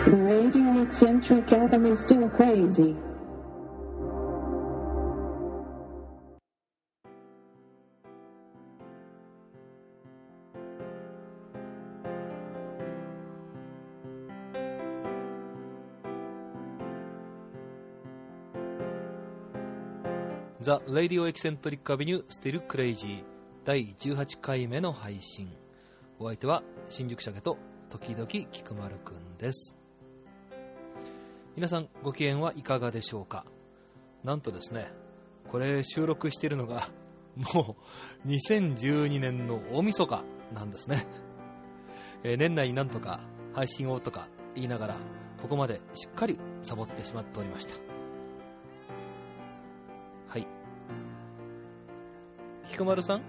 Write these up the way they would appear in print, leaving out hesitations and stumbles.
The radio eccentric Avenue still crazy. ザ・ラディオ・エキセントリック・アベニュー・スティル・クレイジー第18回目の配信。お相手は新宿鮭と時々菊丸くんです。皆さんご機嫌はいかがでしょうか。なんとですね、これ収録しているのがもう2012年の大晦日なんですね。年内になんとか配信をとか言いながらここまでしっかりサボってしまっておりました。はい。菊丸さん、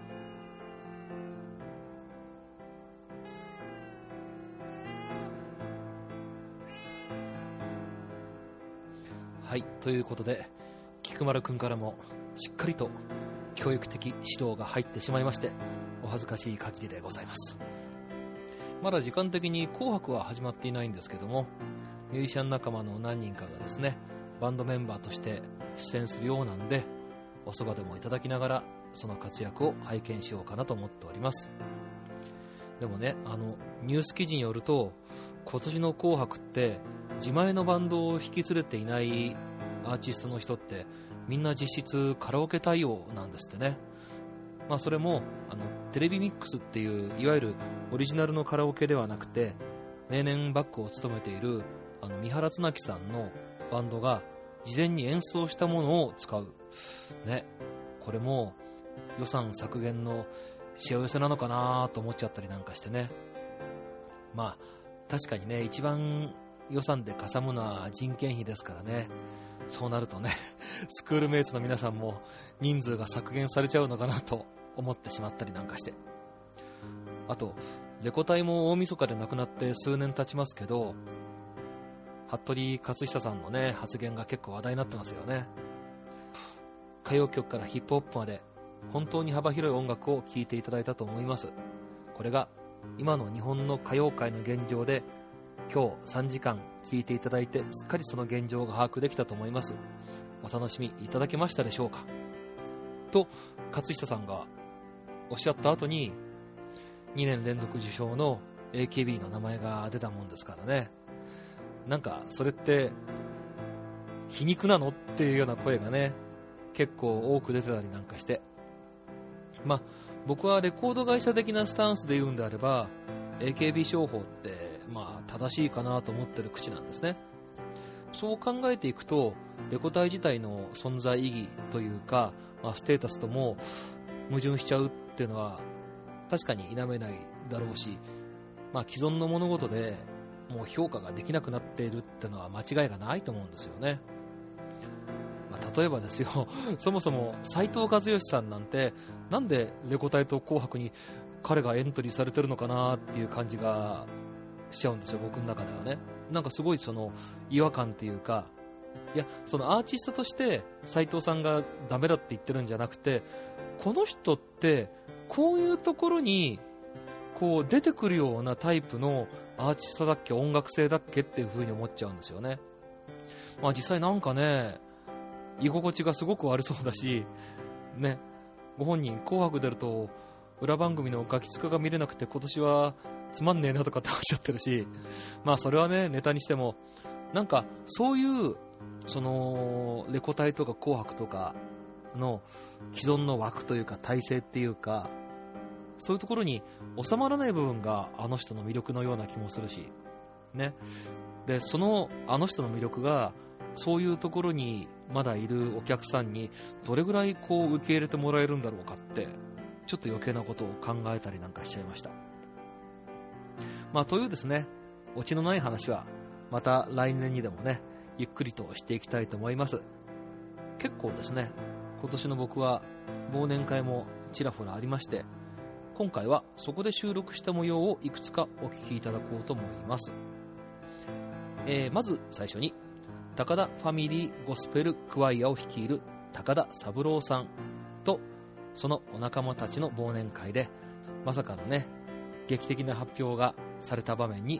はい、ということで菊丸くんからもしっかりと教育的指導が入ってしまいまして、お恥ずかしい限りでございます。まだ時間的に紅白は始まっていないんですけども、ミュージシャン仲間の何人かがですね、バンドメンバーとして出演するようなんで、おそばでもいただきながらその活躍を拝見しようかなと思っております。でもね、ニュース記事によると、今年の紅白って自前のバンドを引き連れていないアーティストの人ってみんな実質カラオケ対応なんですってね。まあそれもテレビミックスっていういわゆるオリジナルのカラオケではなくて、例年バックを務めている三原綱木さんのバンドが事前に演奏したものを使うね。これも予算削減のしわ寄せなのかなと思っちゃったりなんかしてね。まあ確かにね、一番予算でかさむのは人件費ですからね。そうなるとね、スクールメイツの皆さんも人数が削減されちゃうのかなと思ってしまったりなんかして。あとレコ大も大晦日で亡くなって数年経ちますけど、服部克久さんのね発言が結構話題になってますよね。歌謡曲からヒップホップまで本当に幅広い音楽を聴いていただいたと思います。これが今の日本の歌謡界の現状で、今日3時間聴いていただいてすっかりその現状が把握できたと思います。お楽しみいただけましたでしょうかと勝久さんがおっしゃった後に、2年連続受賞の AKB の名前が出たもんですからね。なんかそれって皮肉なのっていうような声がね結構多く出てたりなんかして、まあ僕はレコード会社的なスタンスで言うんであれば AKB 商法ってまあ正しいかなと思ってる口なんですね。そう考えていくとレコ大自体の存在意義というか、まあ、ステータスとも矛盾しちゃうっていうのは確かに否めないだろうし、まあ、既存の物事でもう評価ができなくなっているっていうのは間違いがないと思うんですよね。まあ、例えばですよ、そもそも斉藤和義さんなんてなんでレコ大と紅白に彼がエントリーされてるのかなっていう感じがしちゃうんですよ、僕の中ではね。なんかすごいその違和感っていうか、いやそのアーティストとして斉藤さんがダメだって言ってるんじゃなくて、この人ってこういうところにこう出てくるようなタイプのアーティストだっけ、音楽性だっけっていう風に思っちゃうんですよね。まあ実際なんかね、居心地がすごく悪そうだしね、ご本人紅白出ると裏番組のガキ使が見れなくて今年はつまんねえなとかっておっしゃってるし、まあそれはねネタにしても、なんかそういうそのレコ大とか紅白とかの既存の枠というか体制っていうか、そういうところに収まらない部分があの人の魅力のような気もするしね。でそのあの人の魅力がそういうところにまだいるお客さんにどれぐらいこう受け入れてもらえるんだろうかって、ちょっと余計なことを考えたりなんかしちゃいました。まあというですね、オチのない話はまた来年にでもねゆっくりとしていきたいと思います。結構ですね、今年の僕は忘年会もちらほらありまして、今回はそこで収録した模様をいくつかお聞きいただこうと思います。まず最初に高田ファミリーゴスペルクワイアを率いる高田三郎さんとそのお仲間たちの忘年会で、まさかのね劇的な発表がされた場面に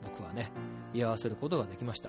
僕はね居合わせることができました。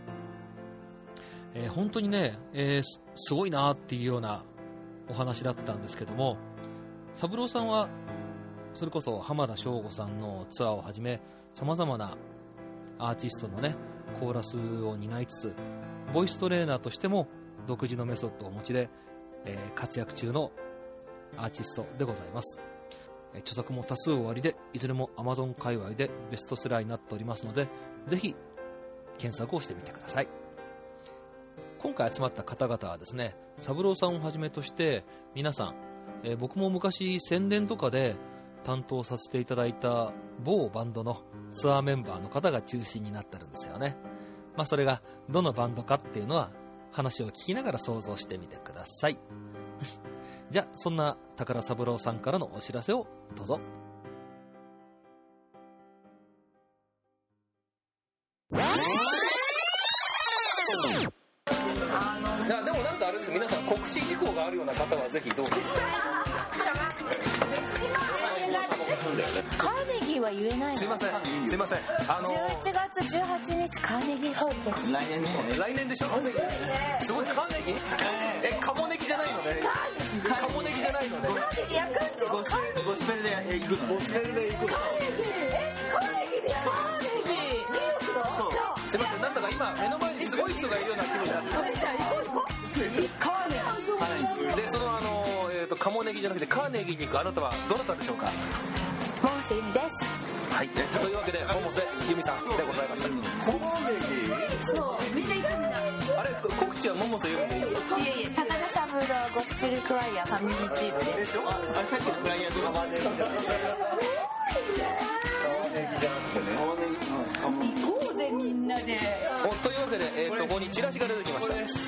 本当にね、すごいなっていうようなお話だったんですけども、三郎さんはそれこそ浜田省吾さんのツアーをはじめ様々なアーティストのねコーラスを担いつつ、ボイストレーナーとしても独自のメソッドをお持ちで、活躍中のアーティストでございます。著作も多数おありで、いずれも Amazon 界隈でベストセラーになっておりますので、ぜひ検索をしてみてください。今回集まった方々はですね、三郎さんをはじめとして皆さん、僕も昔宣伝とかで担当させていただいた某バンドのツアーメンバーの方が中心になってるんですよね。それがどのバンドかっていうのは話を聞きながら想像してみてください。じゃあそんな宝三郎さんからのお知らせをどうぞ。でもなんかあれです、皆さん告知事項があるような方はぜひどうぞ。 カーネギーは言えないの？ すいません 11月18日カーネギーホールです。 来年でしょ。すごい。カーネギーカモネギじゃないのね。カモネギじゃないのね。 カーネギー焼くんちゴスペルで行くの。 カーネギーでカーネギーニューヨークの？ すいません、なんだか今目の前にすごい人がいるような気分になってます。 カーネギーで、そのカモネギじゃなくてカーネギーに行くあなたはどなたでしょうか。 モンスユミです。 はい、というわけで百瀬由美さんでございました。 カーネギー？ そう、みんな行くんだ。 あれ、告知は百瀬由美でいいの？ いえ高田三郎ゴスペルクワイアファミリーチームで。 でしょ。 あれさっきのクライアントカーネギーじゃなくて行こうぜみんなで。 というわけで、ここにチラシが出てきました。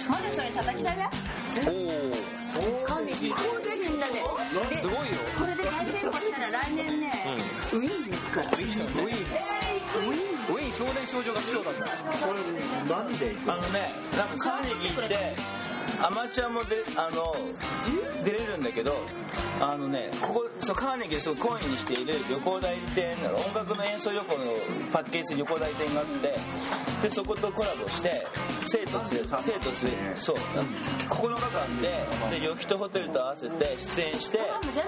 まだそれ叩き台だ。カーネギー行こうぜみんなで。 すごいよ。 これで大成功したら来年ね、ウィーンに行くから。 ウィーン少年少女学賞なんだ。 これ何で行くの？なんかカーネギーってアマチュアも出れるんだけど、ここそうカーネギーですごく懇意にしている旅行代理店、音楽の演奏旅行のパッケージ旅行代理店があって、でそことコラボして生徒そう9日間で旅費とホテルと合わせて出演して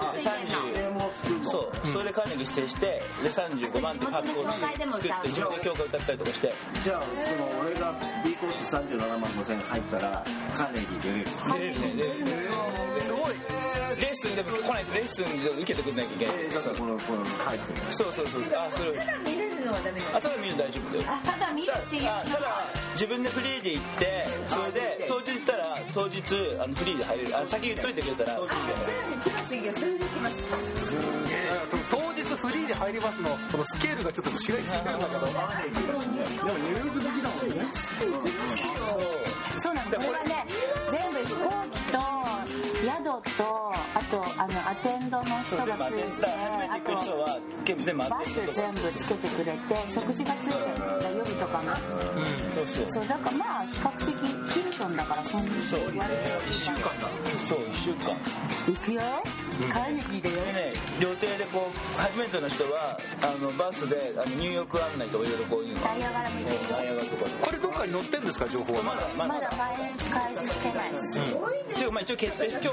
それでカーネギー出演してで35万ってパックを作って自分で教科歌ったりとかして、 じゃあ俺が B コース37万5千入ったらカーネギー出れる？ すごい。 レッスンでも来ないとレッスンで受けてくれなきゃいけない。 だからこの入ってる。 そう。あ、それ。 ただ見れるのはダメなの？ ただ見るの大丈夫だよ。 ただ見るっていうのは。 ただ自分でフリーで行ってそれで当日行ったら当日フリーで入れる。先言っといてくれたら。 それで来ますよ。それで来ます。 当日フリーで入りますのこのスケールがちょっと違いすぎるんだけど。 でもニューヨーク好きだもんね。 そうなんです。これはね全部飛行機と宿とあとアテンドの人がついて、あとバス全部つけてくれて食事がついてる夜とかも。そうだからまあ比較的ヒルトンだからそんなに言われて 1週間だ。 そう1週間行くよ。カーネギーでよ。 料亭で初めての人はバスで入浴案内とかいろいろこういうのダイヤ柄見てる。 これどっかに載ってんですか情報は？ まだ開示してないです。すごいね。 一応決定今日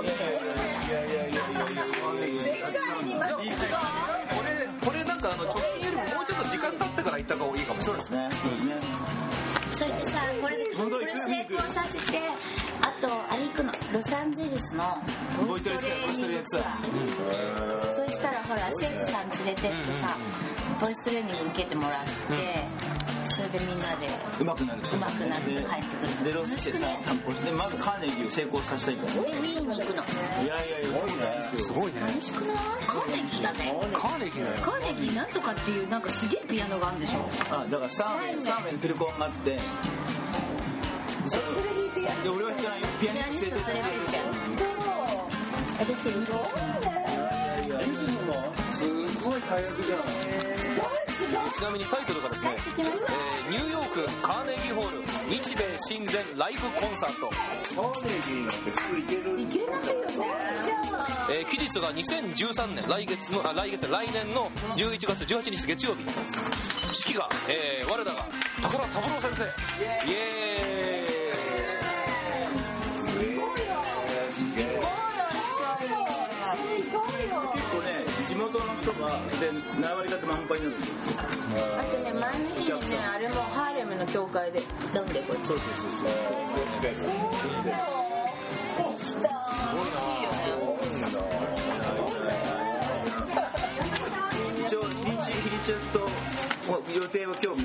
これなんか直近よりももうちょっと時間経ってから行った方がいいかもしれない。 そうですね。 それでさこれ成功させてあとあれ行くのロサンゼルスのボイストレーニングツアー。そしたらほら生徒さん連れてってさボイストレーニング受けてもらって、それでみんなで上手くなるって帰ってくる。でロスして担保してまずカーネギーを成功させたいから。 ウィーンに行くの。 いやすごいね。 楽しくない？カーネギーだね。 カーネギーだよ。 カーネギーなんとかっていうなんかすげえピアノがあるんでしょ。 だから3面フィルコンがあってそれ弾いてやる。 で俺は弾かないよ。ピアニストそれ弾いてやる。私行こう。 すごい大役じゃん。 ちなみにタイトルがですね、ニューヨークカーネギーホール日米親善ライブコンサート。 カーネギーなんて普通行ける？ 行けないよね。じゃあ期日が2013年来年の11月18日月曜日。 指揮が、我らが高田三郎先生。イエーイ。 地元の人がで7割方満杯になるんですよ。 あとね、前の日にね、あれもハーレムの教会で飲んでこっち。 そう。 来たー。美味しいよね。 一応日にちと予定は今日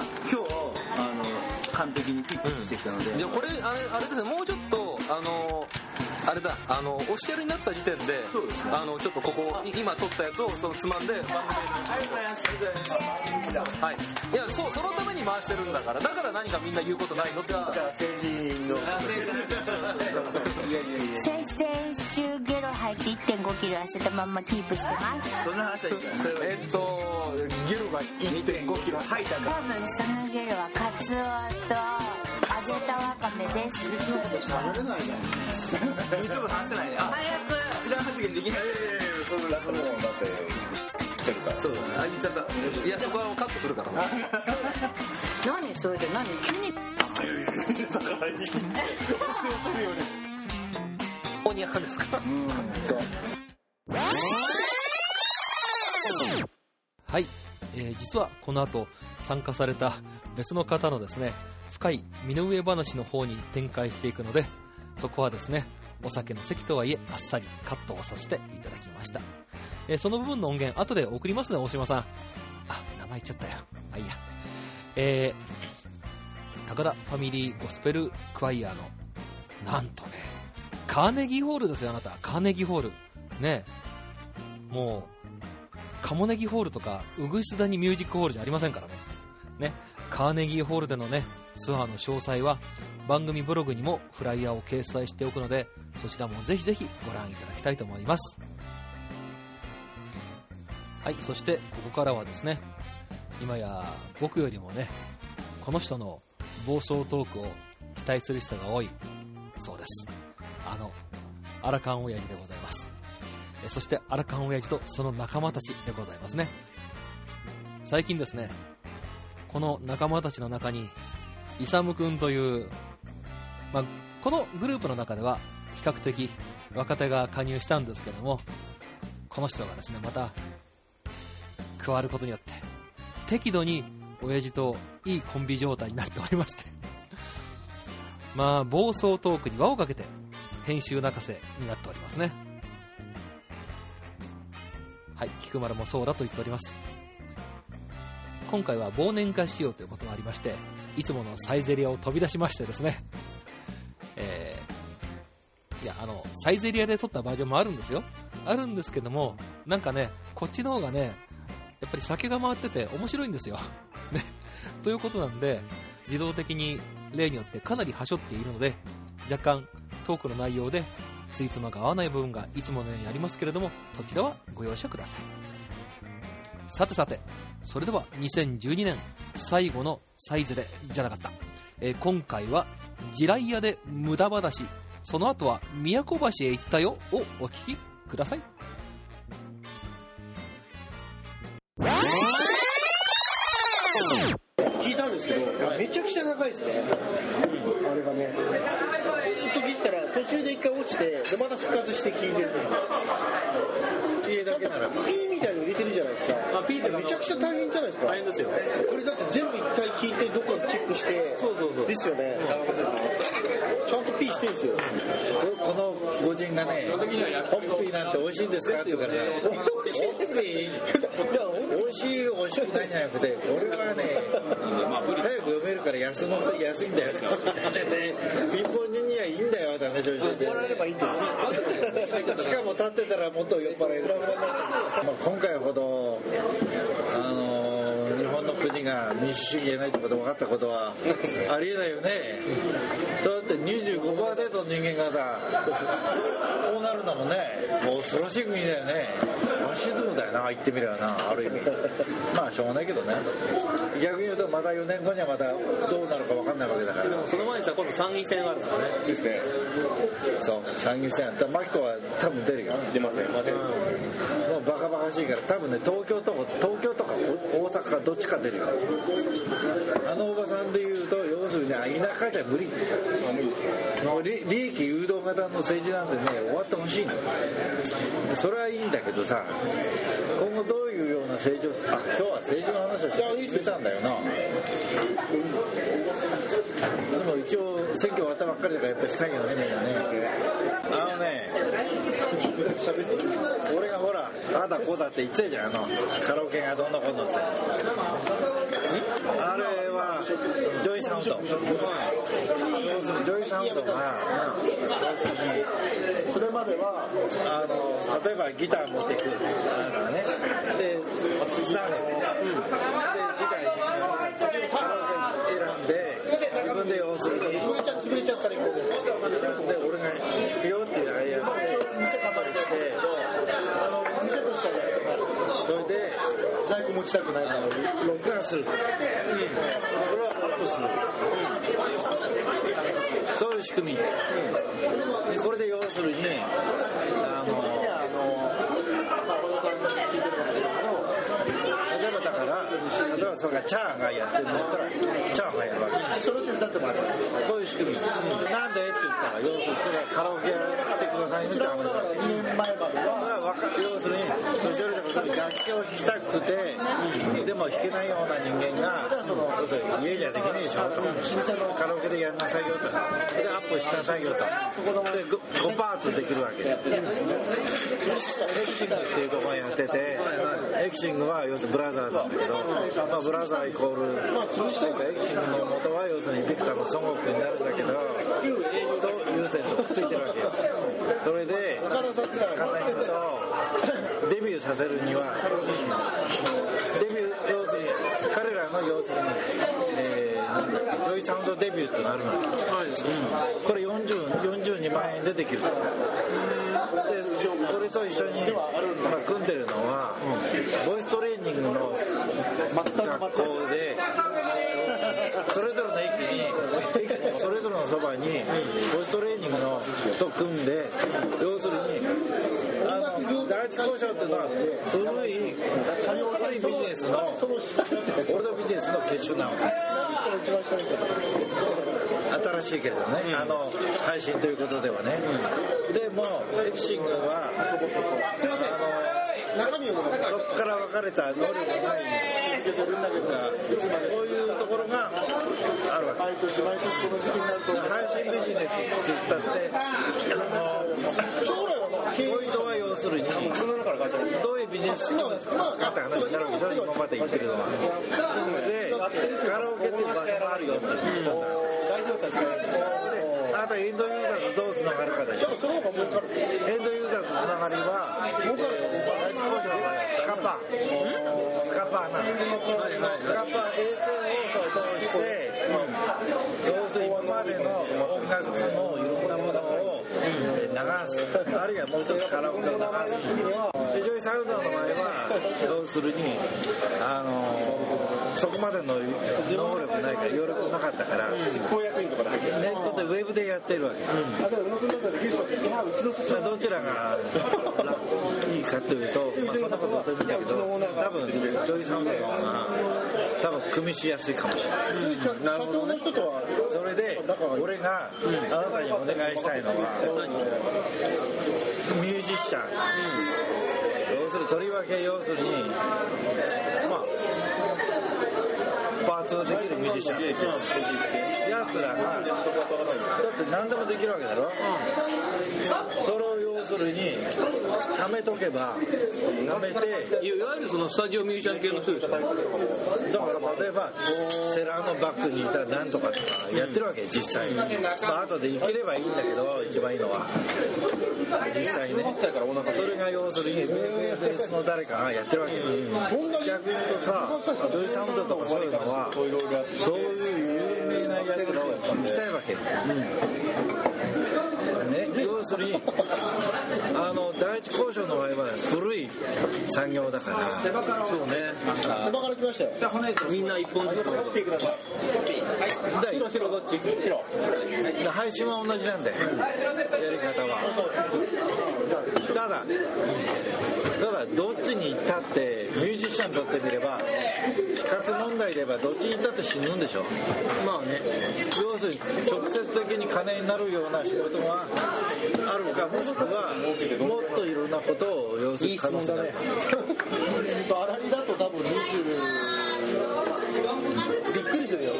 完璧にフィックスしてきたので。 じゃあこれあれですね、もうちょっとあれだ、オフィシャルになった時点で、 そうですね、 ちょっとここ今撮ったやつをそのつまんで番組で、はい、いやそのために回してるんだから、だから何かみんな言うことないのって言ったら、 成人の先週ゲロ吐いて 1.5 キロ痩せたまんまキープしてます。 そんな話はいいからゲロが 1.5 キロ吐いたんだ。 多分そのゲロはカツオと揚げたわかめです。 喋れないじゃん。 水も話せないね。 早く普段発言できない。 その楽もだって来てるから。 そうだね。言っちゃった。 いや、そこはカットするからな。 何それで何急にだからいい。押し寄せるように。 ここにあるんですか。 そう。 はい、実はこの後参加された別の方のですね、深い身の上話の方に展開していくので、そこはですね、お酒の席とはいえあっさりカットをさせていただきました。その部分の音源後で送りますね、大島さん。名前言っちゃったよ。いいや。高田ファミリーゴスペルクワイアの、なんとね、カーネギーホールですよ、あなた。カーネギーホールね。もうカモネギホールとかウグイス谷ミュージックホールじゃありませんからね。カーネギーホールでのね、ツアーの詳細は番組ブログにもフライヤーを掲載しておくので、そちらもぜひぜひご覧いただきたいと思います。はい、そしてここからはですね、今や僕よりもね、この人の暴走トークを期待する人が多いそうです。アラカン親父でございます。そしてアラカン親父とその仲間たちでございますね。最近ですね、この仲間たちの中にイサムくんという、このグループの中では比較的若手が加入したんですけども、この人がですね、また加わることによって適度に親父といいコンビ状態になっておりまして暴走トークに輪をかけて編集泣かせになっておりますね。はい、菊丸もそうだと言っております。今回は忘年会しようということもありまして、いつものサイゼリアを飛び出しましてですね、サイゼリアで撮ったバージョンもあるんですよ。あるんですけども、なんかね、こっちの方がね、やっぱり酒が回ってて面白いんですよ。ね。ということなんで、自動的に例によってかなりはしょっているので、若干トークの内容でついつまが合わない部分がいつものようにありますけれども、そちらはご容赦ください。さてさて、それでは2012年最後のサイゼレじゃなかった。今回は地雷屋で無駄話、その後は宮古橋へ行ったよをお聞きください。 聞いたんですけど、めちゃくちゃ長いですね。あれがね、ずっと聞いてたら途中で一回落ちて、でまた復活して聞いてるって言うんですよ。ちゃんとピーみたいに入れてるじゃないですか。ピーってめちゃくちゃ大変じゃないですか。大変ですよ。これだって全部一回聞いてどっかチェックして、そうですよね。ちゃんとピーしてるんですよ。 この御人がね、ホッピーなんて美味しいんですかって言うからね、美味しい美味しくないんじゃなくて、俺はね、早く読めるから安いんだよ。貧乏人にはいいんだよって話をしてて、怒られればいいと思う。しかも立ってたらもっと酔っ払える。今回ほど日本の国が民主主義じゃないってことが分かったことはありえないよね。だって25%の人間がさ、こうなるんだもんね。もう恐ろしい国だよね。ファシズムだよな、言ってみればな、ある意味。まあしょうがないけどね。逆に言うとまた4年後にはまたどうなるか分かんないわけだから。 でもその前にさ、今度参議院選があるんですね。 ですね。そう、参議院選。マキコは多分出るよ。 出ますね。 もうバカカバカしいから多分ね東京とか大阪かどっちか出るよ。あのおばさんで言うと要するに田舎じゃ無理。利益誘導型の政治なんてね終わってほしいの。それはいいんだけどさ、今後どういうような政治を今日は政治の話をしてくれたんだよな。でも一応選挙終わったばっかりだからやっぱりしたいよねみんなね。俺がほらあだこうだって言ってたじゃん、カラオケがどんなことって。あれはジョイサウンド。ジョイサウンドがそれまでは例えばギター持っていくからね。でギターカラオケ選んで自分で要するに潰れちゃったりこう選んで俺が弾くよっていうアイデアで店構えして店としてはそれで在庫持ちたくないから録画する、これはアップする、そういう仕組み、でこれで要するに例えばだから例えばそれがチャーがやってるんだったらチャーがやるわけ、 それで歌ってもらってこういう仕組み、なんでって言ったら要するにそれはカラオケやってくださいねって話だから 2年前までは要するに年寄りとかそういう楽器を弾きたくて、でも弾けないような人間が家じゃできねえでしょと、カラオケでやんなさいよと、でアップしなさいよと、で 5パーツできるわけで、エキシングっていうところをやってて、エキシングは要するにブラザーなんだけど、ブラザーイコールエキシングの元は要するにビクターの孫悟空になるんだけど、有線とくっついてるわけよ。それで簡単に言うとデビューさせるには要するに彼らの要するに、ジョイサウンドデビューってなるの、これ42万円でできる。でこれと一緒に組んでるのは、ボイストレーニングの学校でそれぞれの駅にそれぞれのそばにボイストレーニングのと組んで、要するに第一交渉っていうのは古いビジネスのオールドビジネスの結集なの。新しいけれどね、配信ということではね、でもエキシングはそこから分かれた能力がないこういうところがあるわけ。配信ビジネスって言ったってポイントは要するにどういうビジネスかって話になるわけですよ、今まで言ってるのは。でカラオケっていう場所もあるよって言ったんだ。あとエンドユーザーとどうつながるかでしょ。エンドユーザーとつながりはスカパーなの。スカパー衛星を通して要するに今までの音楽のいろんなものを流す、あるいはもう一つカラオケを流す。ジョイサウンドの場合は要するにそこまでの能力ないから余力なかったから、ネットでウェブでやってるわけ、どちらがいいかというと、そんなことどうでもいいんだけど、多分ジョイサウンドの方が多分組みしやすいかもしれない。なるほどね。それで俺があなたにお願いしたいのは、ミュージシャン、要するにとりわけ要するにパーツができるミュージシャン、やつらがだって何でもできるわけだろ、それを要するに貯めとけば、貯めていわゆるそのスタジオミュージシャン系の人ですか。だから例えばセラーのバッグにいたら何とかとかやってるわけ、実際に。後で生きればいいんだけど、一番いいのは実際にね、それが要するにベースの誰かがやってるわけよ。逆に言うとさ、ジョイサウンドとかそういうのはそういう有名なやつらを聞きたいわけ、要するに第一交渉の場合は古い産業だから。 そうね。 手羽から来ましたよ。じゃあ骨みんな一本ずつ。白どっち？白。 配信は同じなんで、やり方は。ただどっちに行ったってミュージシャンにとってみれば死活問題で言えばどっちに行ったって死ぬんでしょ。 まあね。 要するに直接的に金になるような仕事があるか、もしくはもっといろんなことを要する可能性がある。 粗利だと多分20びっくりするよ。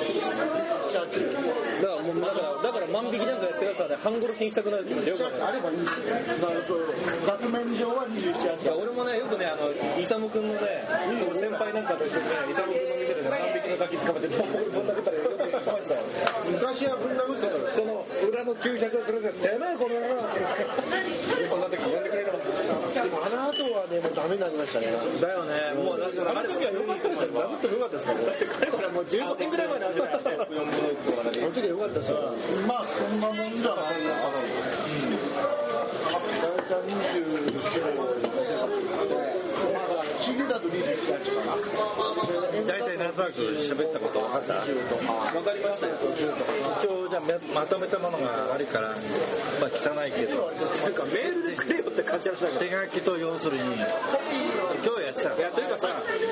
だから万引きなんかやってるやつはね、半殺しにしたくなるっていうのはよくある。 あればいいんですよ。額面上は27、8。 俺もね、よくね、イサム君のね、先輩なんかと一緒にね、イサム君の店でね、万引きのガキ捕まってぶん殴ったりよくやってましたよ。 昔はぶん殴ってたから。 その裏の駐車場するんです。てめえこの野郎ってそんな時呼んでくれなかった。 でもあの後はね、もうダメになりましたね。 だよね。もうだからあの時は良かったですよ。殴っても良かったですよ。 これもう15年ぐらい前の話だよね。 あの時は良かったですよ。まあそんなもんじゃないのかな。大体CD だと27、8かな。 大体なんとなく喋ったこと分かった？ 分かりましたよ。 一応じゃあまとめたものがあるから、まあ汚いけど。 なんかメールでくれよって感じだったけど。 手書きと要するに今日やってた。 いやというかさ、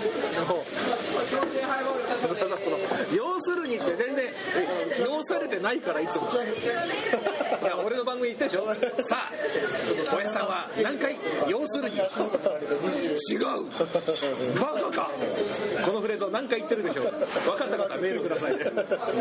その要するにって全然要されてないからいつも。いや俺の番組言ったでしょ。さあ小林さんは何回要するに違うバカか。このフレーズを何回言ってるでしょう。分かった方はメールくださいね。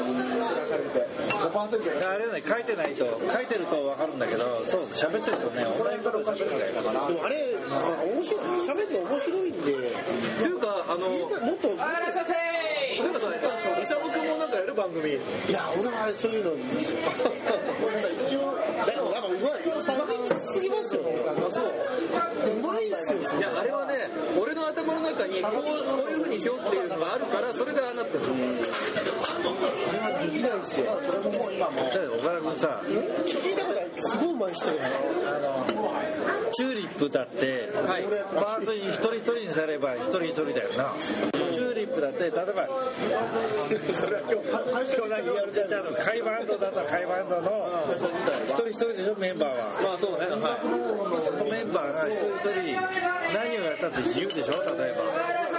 あれね、書いてないと書いてると分かるんだけど、そう喋ってるとね、同じこと喋るんだよ。 でもあれ面白い、喋って面白いんで。 というかもっと。 というかさ、イサム君もなんかやる番組。 いや俺はそういうのなんか一応だからなんかうまいさばきすぎますよね。 あ、そう。 うまいっすよ。 いやあれはね、俺の頭の中にこういう風にしようっていうのがあるからそれがああなってる。 あれはできないっすよ。それももう今もう。 岡田君さ、 聞いたことある。すごいうまい人よね。 チューリップだって、はい、パーツに一人一人にされば一人一人だよな。チューリップだって例えばそれは今日リアルでちゃんとカイバンドだったらカイバンドの一人一人でしょ、メンバーは。 まあそうね、はい、 そのメンバーが一人一人何をやったって自由でしょ。例えば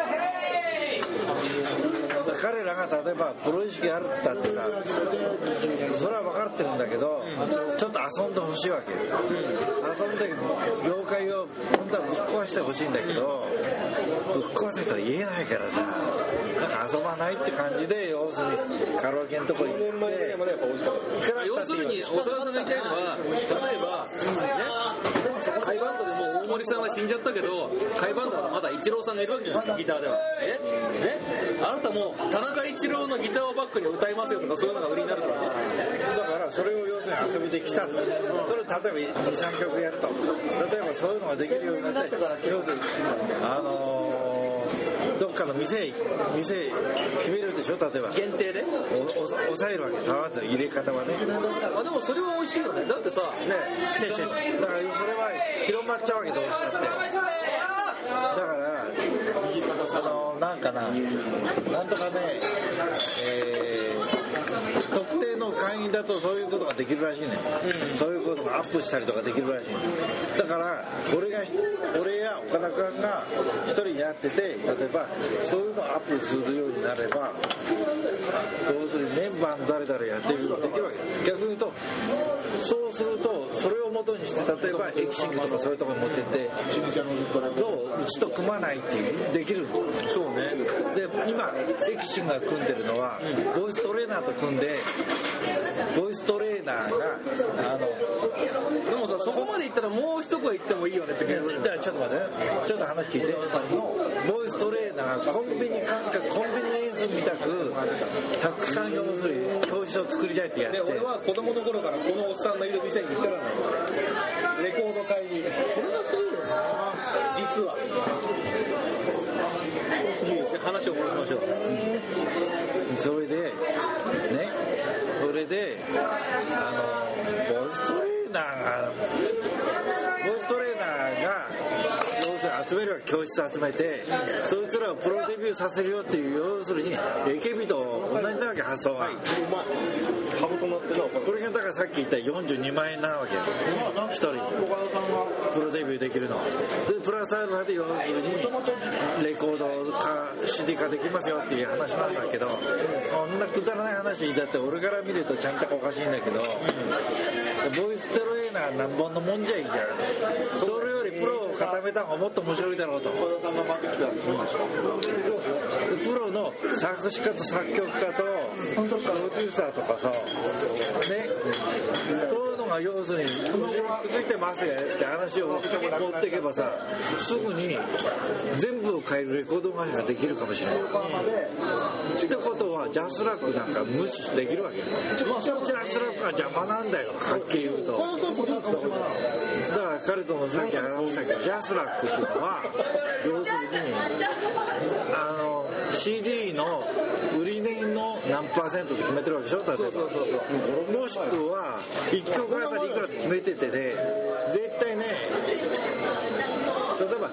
彼らが例えばプロ意識あるったってさ、それは分かってるんだけど、ちょっと遊んでほしいわけ。遊んで業界を本当はぶっ壊してほしいんだけど、ぶっ壊せとは言えないからさ、なんか遊ばないって感じで、要するにカラオケのとこ行って要するに長田さんが言いたいのは、例えばカイバンドでもう大森さんは死んじゃったけど、カイバンドはまだイチローさんがいるわけじゃないですか、ギターでは。あなたも田中一郎のギターをバックに歌いますよとか、そういうのが売りになるからね。 だからそれを要するに遊びで来たと。それを例えば 2,3 曲やると、例えばそういうのができるようになって、要するにどっかの店決めるでしょ。例えば限定で抑えるわけ。入れ方はね。 でもそれは美味しいよね。だってさね、 だからそれは広まっちゃうわけ。どうしたってだからなんかな、なんとかね、特定の会員だとそういうことができるらしいね、そういうことがアップしたりとかできるらしいね。だから俺や岡田君が一人やってて、例えばそういうのをアップするようになれば、要するにメンバーの誰々やってることができるわけ。逆に言うと、そうするとそれを元にして、例えばエキシングとかそういうところに持ってってうちと組まないっていうできる。 そうね。 で今エキシングが組んでるのは、ボイストレーナーと組んで、ボイストレーナーがでもさ、そこまでいったらもう一声言ってもいいよねって。 じゃあちょっと待ってね、ちょっと話聞いて。ボイストレーナーがコンビニ感覚、コンビニエンスみたくたくさん要するに教室を作りたいってやって、 俺は子供の頃からこのおっさんのいる店に行ってたのよ、レコード買いに。これがすごいよな、実は。話を戻しましょう。 それでボイストレーナーが要するに集めるわけ。 教室集めてそいつらをプロデビューさせるよっていう、要するに AKB と同じなわけ、発想は。これがだからさっき言った42万円なわけよ、1人プロデビューできるので、プラスアルファで要するにレコードか CD 化できますよっていう話なんだけど、こんなくだらない話だって俺から見るとちゃんちゃかおかしいんだけど、ボイステロエーナー何本のもんじゃいいじゃん。それよりプロを固めた方がもっと面白いだろうと。プロの作詞家と作曲家とプロデューサーとかさね、そういうのが要するにくっついてますよって話を持っていけばさ、すぐに全部を変えるレコード会社ができるかもしれない。ってことはジャスラックなんか無視できるわけ。ジャスラックが邪魔なんだよ、はっきり言うと。だから彼ともさっき話したけど、ジャスラックっていうのは要するにCD の売り値の何%って決めてるわけでしょ、例えば。もしくは1曲あたりいくらって決めててで、絶対ね、例えば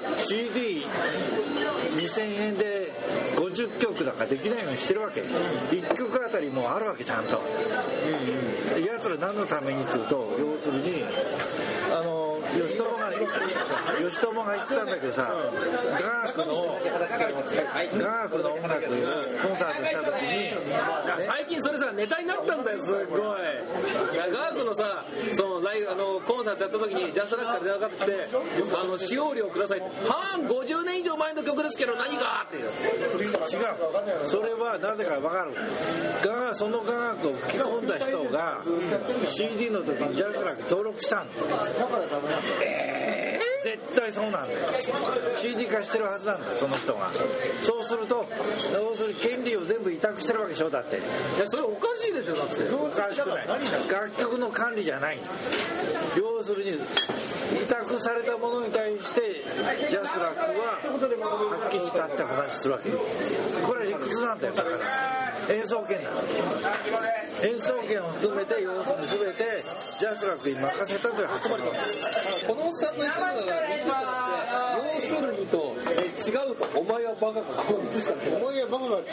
CD2000 円で50曲だからできないようにしてるわけ。1曲あたりもうあるわけ、ちゃんと。やつら何のためにっていうと、要するに吉友が言ってたんだけどさ、雅楽の音楽コンサートした時に、 最近それさネタになったんだよ、すごい。雅楽のさ、そのライブコンサートやった時にジャスラックから電話かかってきて、使用料くださいって、はぁ50年以上前の曲ですけど何がっていう。 違う、それはなぜか分かる。その雅楽を吹き込んだ人が CD の時にジャスラック登録したんだ。絶対そうなんだよ。 CD 化してるはずなんだよ、その人が。そうすると要するに権利を全部委託してるわけでしょ。だってそれおかしいでしょ。だっておかしくない。楽曲の管理じゃない。要するに委託されたものに対してジャスラックは発揮したって話するわけ。これは理屈なんだよ。だから演奏権だ。演奏権を含めて要するに全てジャスラックに任せたという発想なんだよ。 このおっさんの言ってるのが要するにと違うと、お前はバカか、この3つしかない。 お前はバカだって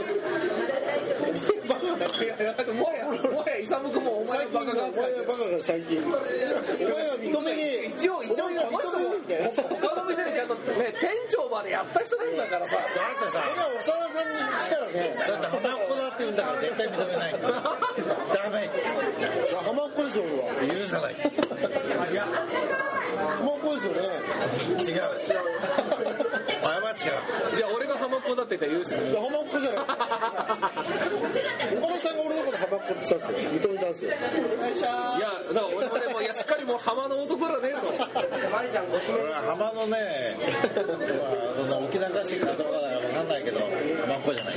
バカだって、 もはやイサム君もお前はバカか、 お前はバカが最近、お前は認めに一応この人も他の店でちゃんとね、店長までやった人なんだからさ。 だってさ、 俺は長田さんにしたらね、 だって浜っ子だって言うんだから絶対認めない。ダメ。 浜っ子ですよ俺は。 許さない。 浜っ子ですよね。 違う。前は違う。 じゃあ俺が浜っ子だって言ったら許してる。 浜っ子じゃない。岡田さんが俺のこと浜っ子って言ったんですよ。認めたんですよ。 いや、だから俺もね、すっかりもう浜の男だねと。 俺は浜のね、その沖縄市かどうかだから分かんないけど、浜っ子じゃない。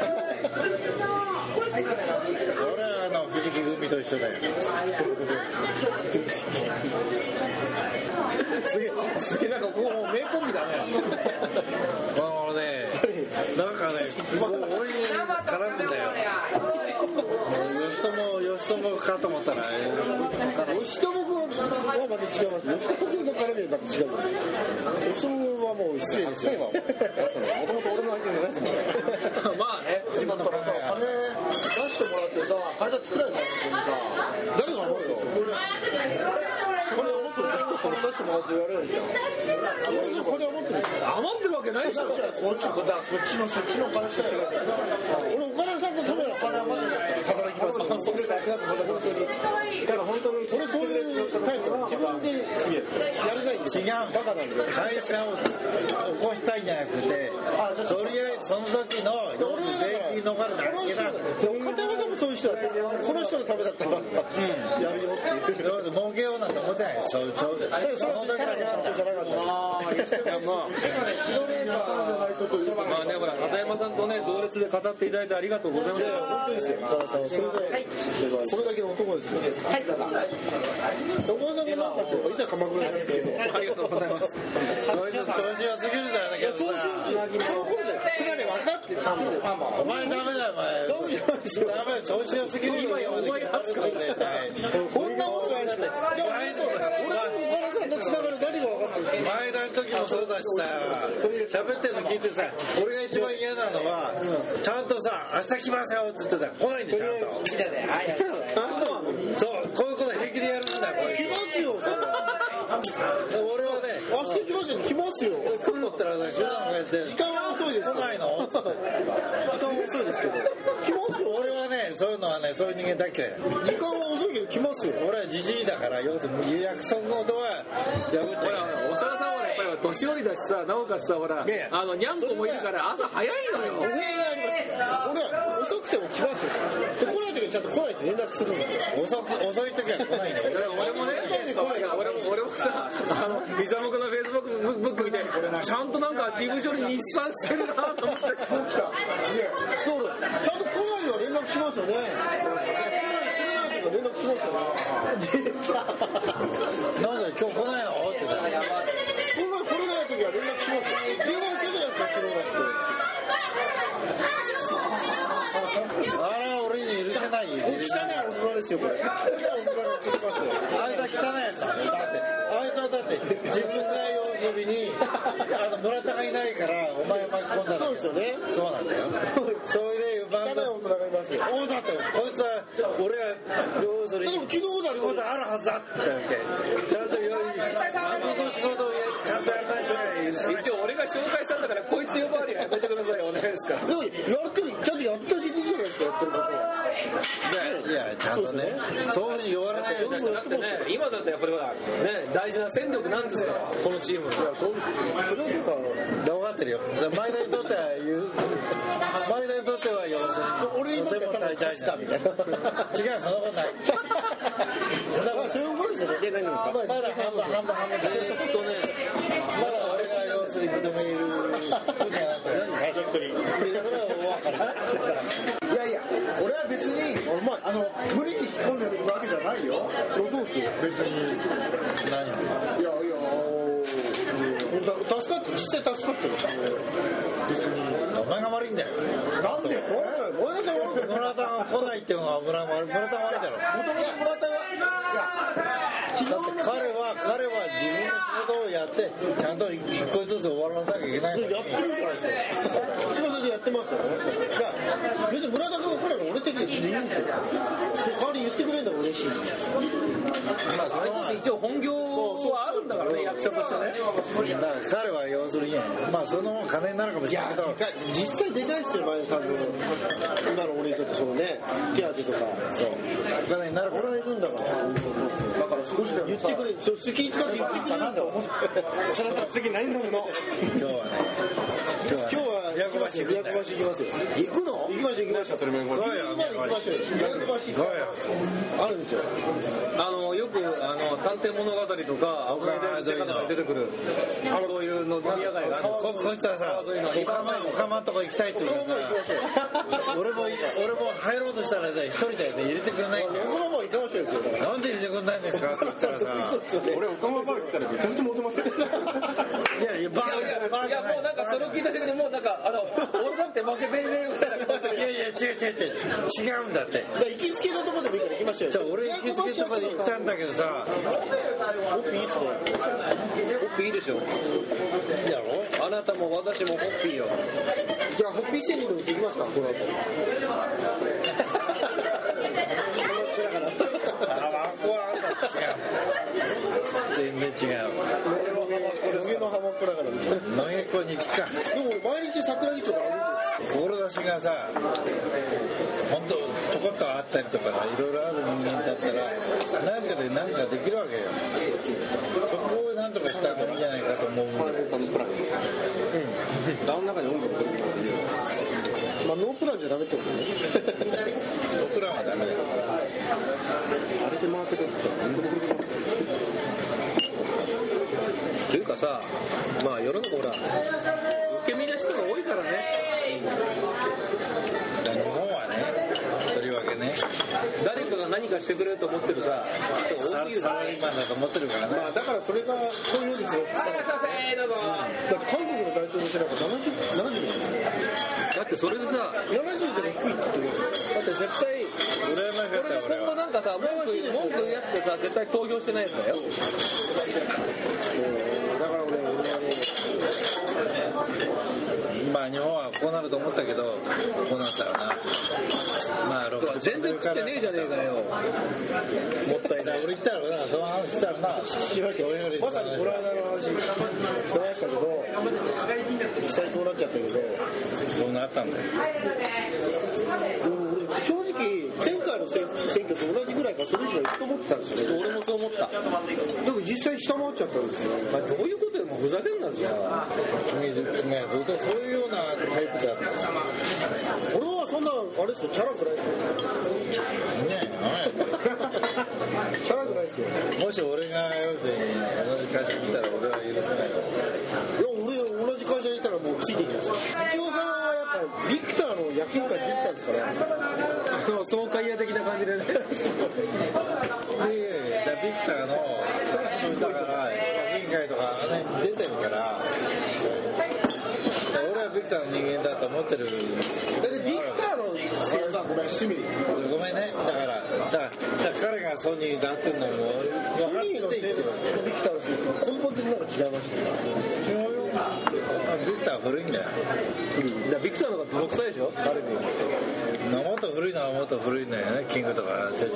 俺は藤木組と一緒だよ。 すげえ、なんかここもう名コンビだね。 なんかね、俺に絡むんだよ。吉友かと思ったら、 吉友君はまた違います。吉友君の絡みはまた違うんです。吉友君はもう失礼ですよ。もともと俺の相手じゃないですもん。 まあね。 だからさ、金出してもらってさ、体作られたのにさ、誰が思うの？これはもっと出してもらってやれるじゃん。これは持ってる。 余ってるわけないでしょ。 こっちの金したら俺岡田さんとそれは金余ってるから働きますよ。だから本当に俺そういうタイプは自分でやれないんですよ。 違う。 バカなんで。 会社を起こしたいんじゃなくて、とりあえずその時の税金逃れだけだ。 片山さんもそういう人だって、この人のためだったらやるよっていう。 儲けようなんて思ってない。そういうその時だけなんだ。 まあね、ほら片山さんとね同列で語っていただいてありがとうございました。 本当ですよ。それだけの男ですよ。はい。岡田さんがなんかいざ鎌倉に来て。 ありがとうございます。 調子はすぎるんだよ。 調子はすぎる。それはね分かってる。 お前ダメだよお前。ダメだ調子はすぎる。 今思い出すからね。 こんなことないですね。じゃあ俺と岡田さんのつながり何が分かってるんですか。 前田の時もそうだし喋ってるの聞いてさ、俺が一番嫌なのは、ちゃんとさ、明日来ますよって言ってたら来ないんでちゃんと。そう、こういうこと平気でやるんだよ。 来ますよ、 俺はね、 明日来ますよ、来ますよ。 来るんだったらね、時間は遅いです。 来ないの？ 時間は遅いですけど。来ますよ。 俺はね、そういうのはね、そういう人間だっけ。 時間は遅いけど来ますよ。 俺はじじいだから、要するに約束事は破っちゃう。 長田さんはやっぱり年寄りだしさ、なおかつさ、ほら、ニャンコもいるから朝早いのよ。 語弊があります。俺は遅くても来ますよ。来ない時はちゃんと来ないって連絡するんだよ。 遅い時は来ないんだよ。 俺もね、俺もさ、イサム君のフェイスブック見て、ちゃんとなんか事務所に日産してるなと思って。 ちゃんと来ないのは連絡しますよね。来ない時は連絡しますよね。 なんだよ、今日来ないのって言ったら。 来れない時は連絡しますよ。電話するじゃないですか、昨日だって。 あら、俺に許せない。 汚い大人ですよ、これ。汚い大人が来てますよ。 あいつは汚いやつだよ。あいつはだって自分が要するに村田がいないからお前巻き込んだんだ。 そうですよね。 そうなんだよ。それで汚い大人がいますよ。 おだってこいつは俺が要するにでも昨日だ仕事あるはずだってわけ。ちゃんと仕事をちゃんとやらないとね。 一応俺が紹介したんだからこいつ呼ばわりはやめてください。お願いですから。 でもやってる、ちゃんとやってほしいじゃないですか、やってることは。 いやちゃんとね、そういうふうに言われないように。 だってね、今だってやっぱりね、大事な戦力なんですから、このチーム。いや、 そうですよ。それはどうか分かってるよ。前田にとっては前田にとっては要するに俺にとっては大事だみたいな。 違う、そんなことない。 そういうことですよね。 まだ半分ずっとね、まだ俺が要するに認めるふうにはなったよ。 いやいや、俺は別に無理に引き込んでるわけじゃないよ。そうですよ、別に。 何？ いや助かって、実際助かってる。別に。 お前が悪いんだよ。 なんで？ 村田が来ないっていうのは村田が悪いだろ。 もともと村田は、 彼は自分の仕事をやってちゃんと一個ずつ終わらなきゃいけない。 やってるじゃないですか。仕事でやってますよね。いや、別に村田君が来ないの俺的にいいんですよ。代わりに言ってくれるんだから嬉しい。 まあそれと一応本業はあるんだからね、役者としてね。 だから彼は要するにまあその金になるかもしれないけど、 実際でかいですよ、前田さんの今の俺にとってそのね、手当とかそうお金になるからもらえるんだから。だから少しでも言ってくれ、好きに使って言ってくれるんだ思って。次何飲むの？ 今日は宮古橋行きますよ。 行くの？ 行きましょう。行きましょう。あるんですよ。 よく探偵物語とか青木で出てくるそういうの飲み屋街がある。 こいつはさ、おかまんとこ行きたいって言うからさ、俺も入ろうとしたらさ、一人で入れてくれないんだよ。 おかまバー行きましょうよ。 なんで入れてくれないんですかって言ったらさ、 俺おかまバー行ったらめちゃくちゃモテますよ。 いやもうなんかそれを聞いた瞬間にもうなんか俺だって負けてねみたいな顔してる。 いや違うんだって。 行きつけのとこでもいいから行きましょうよ。 俺行きつけとかで行ったんだけどさ、 ホッピーいいっすね。 ホッピーいいでしょ。いいだろ。あなたも私もホッピーよ。 じゃあホッピーセリフに行きますか、この後。 全然違う。 上の浜っ子だから。 野毛湖に行くか。 でも俺毎日桜木町から志がさ、本当ちょこっとあったりとかいろいろある人間だったら何かで何かできるわけよ。そこを何とかしたらいいんじゃないかと思う。これのプランです。 ダウンの中に音楽来る。まあノープランじゃダメってことね。 ノープランはダメだよ。 あれで回ってくるってというかさ、まあ世の中ほら受け身な人が多いからね。 日本はね、とりわけね、 誰かが何かしてくれると思ってるさ、 サラリーマンだと思ってるからね。 まあだからそれが投票率がだって韓国の大統領選なんか70年だってそれでさ 70でも低いって言ってる。 だって絶対これで今後なんかさ文句言うやつでさ絶対投票してないやつだよ。 だから俺はねまあ日本はこうなると思ったけどこうなったよな。まあ全然食ってねえじゃねえかよ。もったいない。 俺言ったらな、その話したらな、 しましたよ。まさにこの間の話してましたけど、実際そうなっちゃったけど、 そうなったんだよ。 正直前回の選挙と同じぐらいかそれ以上いくと思ってたんですよね。 俺もそう思った。 だけど実際下回っちゃったんですよ。 まあ、どういうことよ、もうふざけんなじゃあ。 君ずっとそういうようなタイプだった。 俺はそんなあれですよ、チャラくないですよ。 ねえ、 チャラくないですよ。 もし俺が要するに同じ会社にいたら俺は許せないよ。 いや、俺同じ会社にいたらもうついていきますよ。一応さんはやっぱビクターの野球界出てたんですから。 爽快屋的な感じでね。 で、ビクターのだから委員会とか出てるから。俺はビクターの人間だと思ってる。 だってビクターのごめんね。だから彼がソニーだっていうのも分かっていて、 ビクターの根本的になんか違いましたよ。 違うよ。ビクター古いんだよ。 ビクターの方が泥臭いでしょ。ある意味。 もっと古いのはもっと古いんだよね。キングとかテチ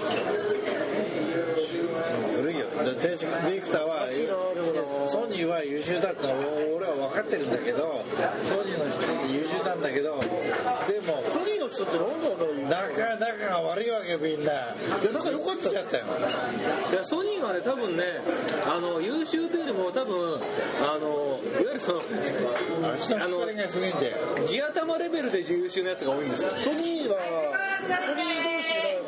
古いよ。ビクターはソニーは優秀だってのは俺は分かってるんだけど、ソニーの人って優秀なんだけど、でもソニーの人って仲が悪いわけよ、みんな。いや仲良かったじゃったよ。 いやソニーはね、多分ね、優秀というよりも多分いわゆるその地頭レベルで優秀なやつが多いんですよ。 ソニー同士で仲良かった。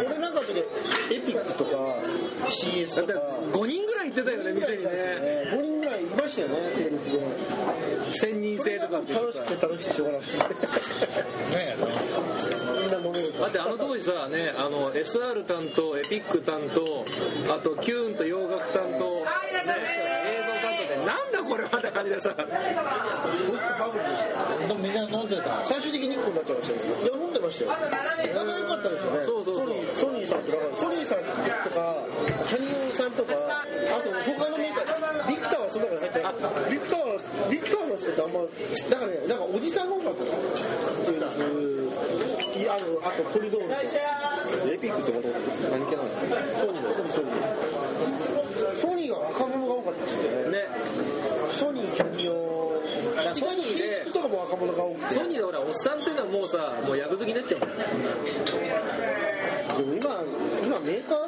俺なんかの時エピックとか CS とか 5人ぐらい行ってたよね、店にね。 5人ぐらいいましたよね、セールスで。 専任制とかって楽しくて楽しくてしょうがなくてねみんな飲める。 だって当時さね、SR 担当、エピック担当、あとキューンと洋楽担当、ね、映像担当でなんだこれはって感じでさ。 みんな飲んでた。 最終的に1個になっちゃいましたよ。いや飲んでましたよ。仲良かったですよね。 そうソニーさんとかソニーさんとかキャニオンさんとか、あと他のメーカー、ビクターはその中に入ってない。ビクターの人ってあんまだからね、なんかおじさんが多かったです。あとコリドールとかエピックってこと何系なんですか。ソニーが若者が多かったですよね。ソニーキャニオンソニーでとかも若者が多くて、 ソニーでほらおっさんっていうのはもうさ、もう役好きになっちゃうもん。 でも今メーカー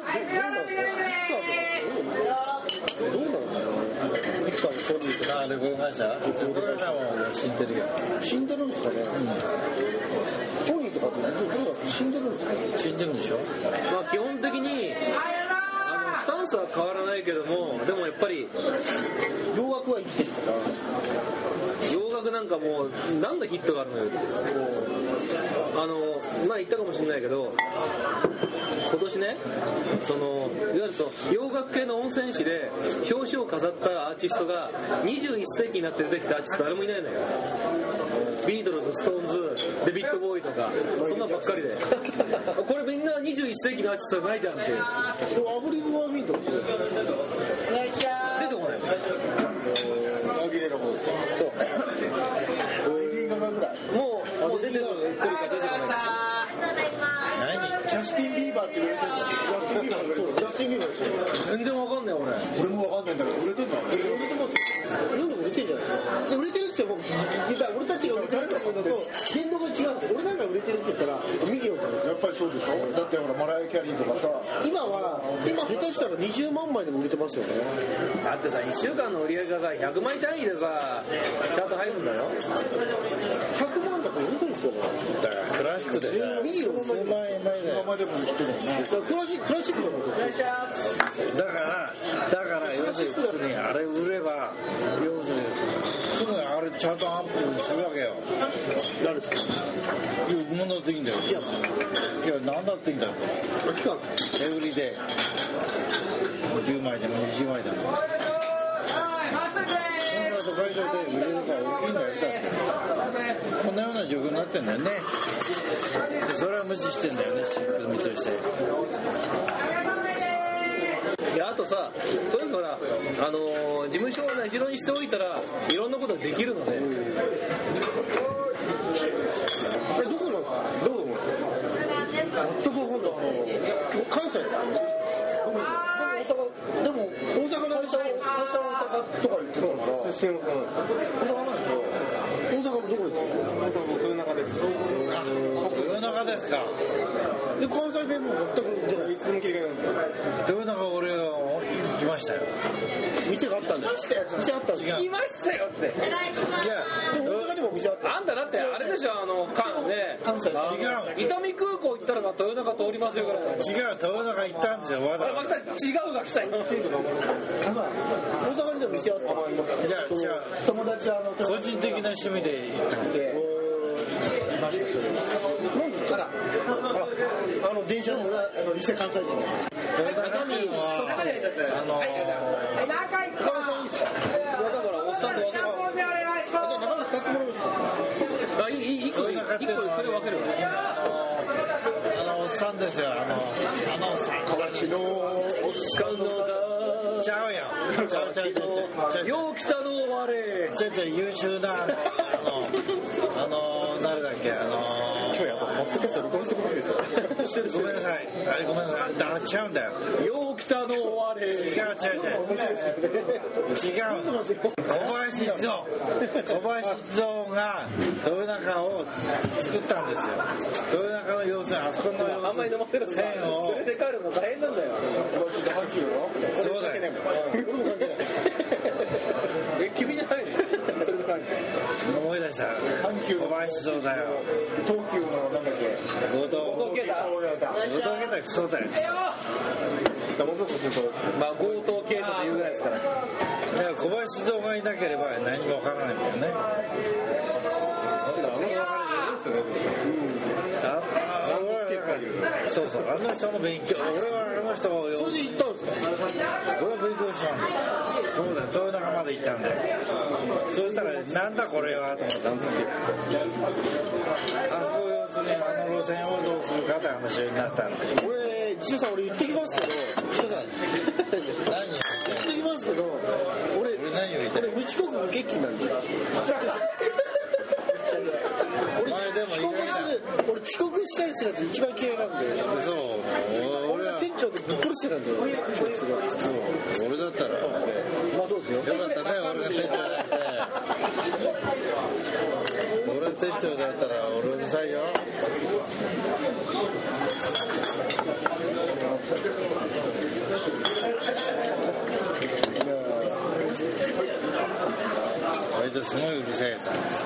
どうなのかな。ビクターのソニーとかレコード会社も死んでるよ。 死んでるんですかね。ソニーとかってどうなの死んでるんですか。 死んでるんでしょ。 まあ基本的にスタンスは変わらないけども、でもやっぱり洋楽は生きてるから。 洋楽なんかもう何のヒットがあるのよ。前言ったかもしれないけど、今年ね、いわゆる洋楽系の温泉誌で表紙を飾ったアーティストが21世紀になって出てきたアーティスト誰もいないのよ。ビートルズ、ストーンズ、デビッド・ボーイとかそんなばっかりでこれみんな21世紀のアーティストじゃないじゃんっていう。 アブリル・ワービートって出てこない。 アギレラもですか。そうレディー・ガガぐらいもう出てくるか出てこないか。 ジャスティン・ビーバーって言われてるんだ。ジャスティン・ビーバーですよ。 全然わかんない俺もわかんないんだけど売れてんだ。売れてます。世の売れてんじゃないですか。で売れてるんですよ。俺たちが売れてると思うのと言動が違うんです。俺なんか売れてるって言ったらミリオンなんです。 やっぱりそうでしょ。だってほらマライア・キャリーとかさ、 今下手したら20万枚でも売れてますよね。 だってさ、1週間の売り上げがさ100枚単位でさチャート入るんだよ。 100万だと売れてるんですよね。 だからクラシックでさ、 ミリオン数万円前だよ。 今までも言ってるよね。 クラシックだもん。 だから要するにあれ売れば要するにすぐあれチャートアップするわけよ。 誰ですか。 物でいいんだよ。いや何だっていいんだよ。エブリデイ10枚でも20枚でも。そんな会社で売れるから大きいんだよ。だってこんなような状況になってんだよね。それは無視してんだよね、仕組みとして。 やあとさ、とりあえずほら、事務所を後ろにしておいたらいろんなことができるので。 どこなんかどう思う？全く分かんない。関西でも大阪の会社は大阪とか言ってたから。大阪なんですよ。大阪のどこですか？大阪の豊中です。 豊中ですか。 で関西弁も全くいつでも切り替えなんですか？ 豊中俺は行きましたよ。 店があったんだ。店あったんです。 行きましたよって。 いや大阪にも店あった。 あんただってあれでしょ、 関西違う。 伊丹空港行ったら豊中通りますよぐらい。 違う、豊中行ったんですよ。わざわざ。 違うがしたいの。 大阪にでも店あった。 いや違う。 友達個人的な趣味で行ったんで。 ましたそれ。電車の伊勢関西人。 豊中にはだからおっさんと分ける。一個それ分ける。 おっさんですよ。おっさん。 河内のおっさんのちゃうやん。ちゃう。 よう来たの我。 優秀な誰だっけ今日やっぱポッドキャスト録音してくれるでしょ。ごめんなさい。だから違うんだよ。 よう来たの我。 違う。小林静雄が豊中を作ったんですよ。豊中の要するにあそこのあんまり飲ませる線をそれで帰るの大変なんだよ。 そうだよ。 君じゃないの？それで帰る。 思い出した。小林静雄だよ。 東急のなんだっけ？ 後藤啓太クソだよ。 まあ強盗系というぐらいですから。 小林静雄がいなければ何もわからないんだよね。そうあの人の勉強。俺はあの人をそれで行ったんですか？俺は勉強したんだよ。そうだよ。豊中まで行ったんだよ。そうしたらなんだこれはと思ったんですけど、あそこ要するに路線をどうするかって話になったんだよ。 石田さん俺言ってきますけど、石田さん何言ってきますけど、俺何を言ってる？ 無遅刻無欠勤なんだよ。俺遅刻したりするやつ一番嫌いなんで。俺が店長でぶっ殺してたんだよ。 俺だったらまあそうですよ。 よかったね。俺が店長じゃなくて。俺が店長だったら俺うるさいよ。割とすごいうるさいやつなんですよ。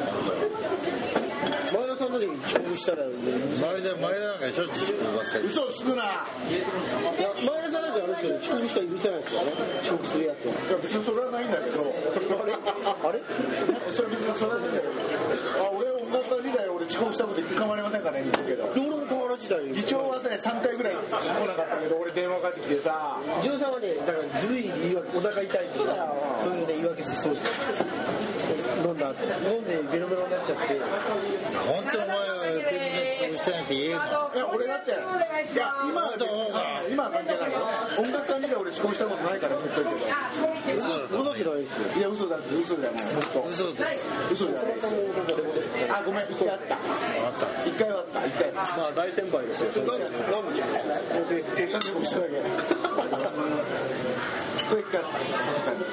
前田さんの時に遅刻したら前田なんかしょっちゅう遅刻ばっかり。 嘘つくな。前田さんなんかあの人遅刻したら許せないですよね。遅刻するやつは。いや別にそれはないんだけど。あれ？それ別にそれはないんだけど。俺音楽時代俺遅刻したこと一回もありませんからね。言うけど。俺も友達時代。議長はね3回ぐらい来なかったけど俺電話かかってきてさ。議長さんはねだからずるいお腹痛いってそういうね言い訳してそうです。飲んでベロベロになっちゃって。 本当お前は遅刻してないって言えるの？ いや俺だって今は関係ないよ。音楽館時代俺遅刻したことないから言っとくけど。嘘じゃないですよ。いや嘘だって嘘だよもう。嘘じゃない。あごめん一回あった。一回はあった。 まあ大先輩ですよ。 なんで遅刻しただけ。これ一回確かに。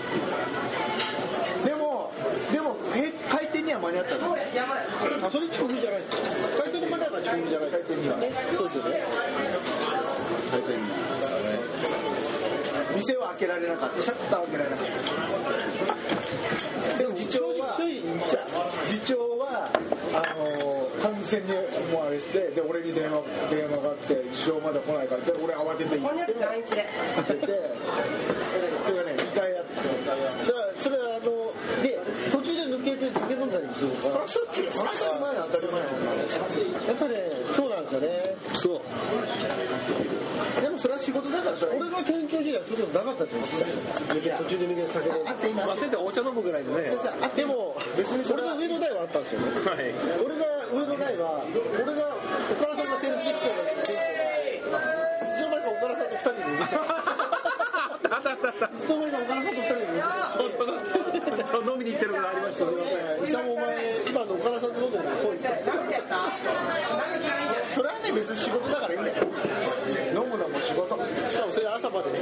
でも開店には間に合ったの。それ遅刻じゃないですか。開店に間に合えば遅刻じゃない。開店にはそうですよね。開店に店は開けられなかった。シャッターは開けられなかった。でも次長は完全にもうあれしてで俺に電話があって次長まだ来ないからで俺慌てて行って開けてそれがね2回やってそれはで途中で抜けて酒飲んだりするのかしょっちゅう当たり前やっぱねそうなんですよね。 そうでもそれは仕事だから俺が店長時代はそういうことなかったって言ってた。途中で抜けて酒飲んだって今忘れてお茶飲むぐらいのね。 でも別にそれが上の代はあったんですよね。 はい。 俺が上の代は俺が岡田さんがセールスできたからいつの間にか岡田さんと2人で抜けてた。 つの間にか岡田さんと2人でそう飲みに行ってるのがありました。すいません。 イサもお前今の岡田さんと飲んでるの来いって。それはね別に仕事だからいいんだよ。飲むのも仕事。しかもそれ朝まで。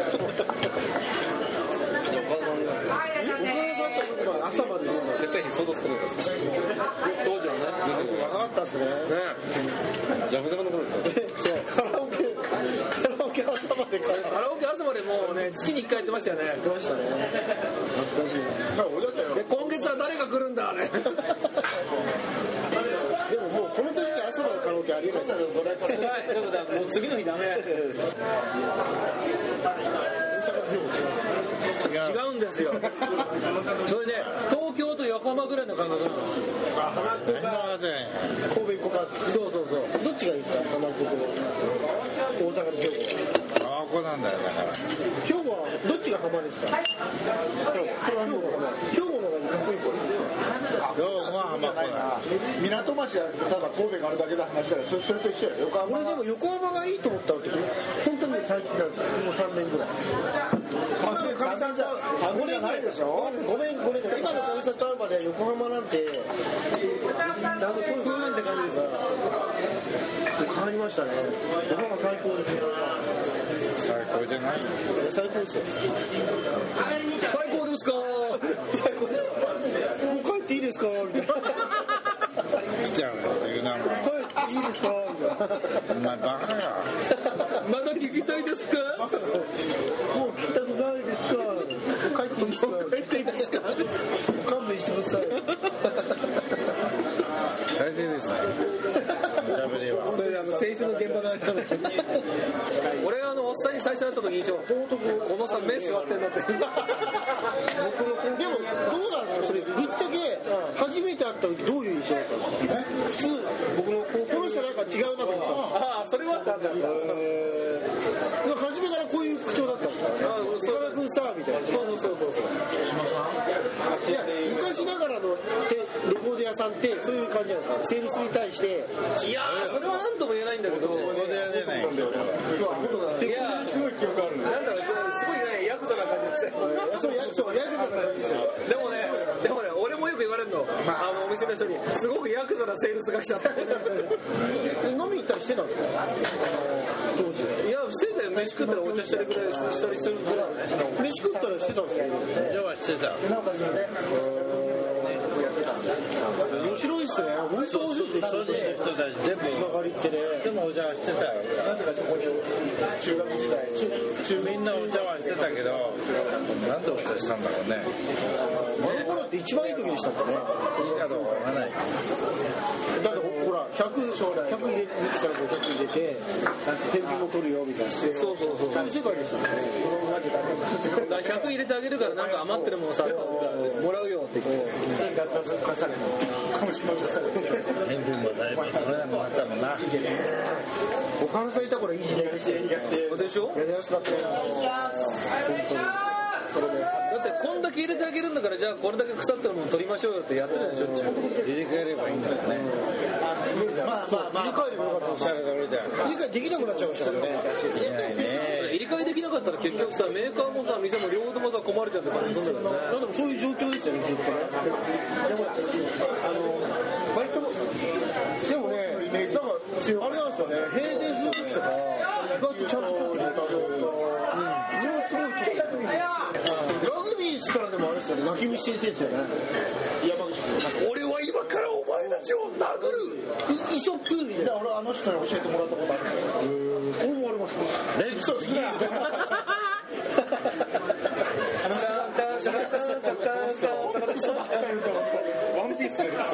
朝まで飲んだ。 絶対に外作る。当時はね。 若かったっすね。 ジャムジャムの頃ですよ。 カラオケ朝まで帰る。 カラオケ朝までもうね月に1回やってましたよね。 どうしたね。懐かしい。まあ俺だったよ。 で今月は誰が来るんだあれ。 でももうこの時で朝までカラオケありえないですよ。 はい。ということでもう次の日ダメ。違うんですよ。それで東京と横浜ぐらいの感覚なの。 浜っ子か神戸っ子か。 そうそうそう。 どっちがいいですか浜っ子と大阪の兵庫。 あこなんだよだから。 兵庫はどっちが浜ですか。それは兵庫の方がかっこいいですよ。 兵庫は浜っ子だ。 港町はただ神戸があるだけの話だよ。それと一緒よ。俺でも横浜がいいと思った時本当に最近なんですよ。もう3年ぐらい。かみさんじゃ5年ぐらいでしょ。ごめん今のかみさんと会うまで横浜なんてなんでこういうなんて感じですか。変わりましたね。横浜最高ですよ。 最高じゃない。 最高ですよ。 最高ですか。 最高です。もう帰っていいですかみたいな。 来ちゃうっていうなんか。 帰っていいですかみたいな。 お前バカや。 まだ聞きたいですか。 もう聞きたくないですか。帰っていいですか。帰っていいですか。勘弁してください。 最低ですね。 それで青春の現場の話なんだけど。俺がおっさんに最初会った時印象このさ目座ってんだって。 でもどうなんだろうそれぶっちゃけ初めて会った時どういう印象だったんですか。普通僕のこの人なんか違うなと思った。 ああそれはあったんだ。 初めからこういう口調だったんですか。岡田君さみたいな。 そういや昔ながらのレコード屋さんってそういう感じなんですか。セールスに対していやそれは何とも言えないんだけど。いやすごい記憶あるね。なんだろうすごいねヤクザな感じでしたよ。 そうヤクザな感じですよ。 でもね俺もよく言われるのお店の人にすごくヤクザなセールスがしたって。 飲み行ったりしてたんですか当時。いやせいぜい飯食ったらお茶したりぐらいしたりするぐらい。 飯食ったりしてたんですか。 じゃあしてた。 面白いっすね。本当面白いっすね。 人たち全部つながりってね。 でもお茶はしてたよ。 なぜかそこに中学時代みんなお茶はしてたけどなんでお茶したんだろうね。 あの頃って一番いい時でしたもんね。 いいかどうかわからない。 だってほら100入れてから500入れて天秤も取るよみたいな。そういう世界でしたね。 100入れてあげるからなんか余ってるものさもらうよって言って。 塩分もだいぶ取れなくなったもんな。 岡野さんいた頃いい時代でしたよ。 でしょ。 やりやすかったよ。 だってこんだけ入れてあげるんだからじゃあこれだけ腐ったもの取りましょうよってやってたでしょ。 入れ替えればいいんだよね。 まあ入れ替えればよかった。入れ替えできなくなっちゃいましたからね。 入れ替えできなかったら結局さメーカーもさ店も両方ともさ困るじゃんって感じするんだよね。 でもそういう状況ですよねずっとね。でも割とでもねなんかあれなんですよね。閉店する時とか意外とちゃんと取ってくれたの。すごい来てラグビーしたらでもあれですよね。泣き虫先生ですよね。山口君。俺は今からお前たちを殴る。イソップみたいな。俺あの人に教えてもらったことある。俺もあります。レックス好きだ。ワンピースです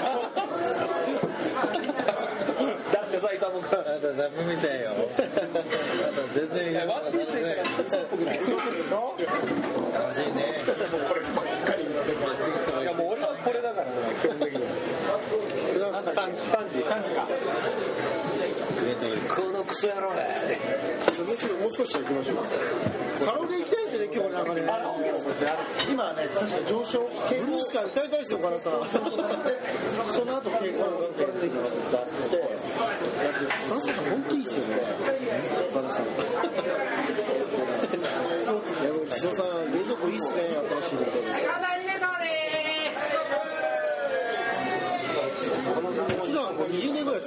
だってさ、いたもんか。 あとダメみたいよ。あと全然ワンピースで嘘っぽくない。 嘘っぽくでしょ。 楽しいね。 こればっかりいやもう俺はこれだからね基本的に。3時か。このクソ野郎ね。 もう少し行きましょう。カラオケ行きたいですよね今日なんかね。今はね確か上昇傾向ですから歌いたいですよ岡田さん。その後傾向が出てきますってあって岡田さん本当いいですよね岡田さん。山口さん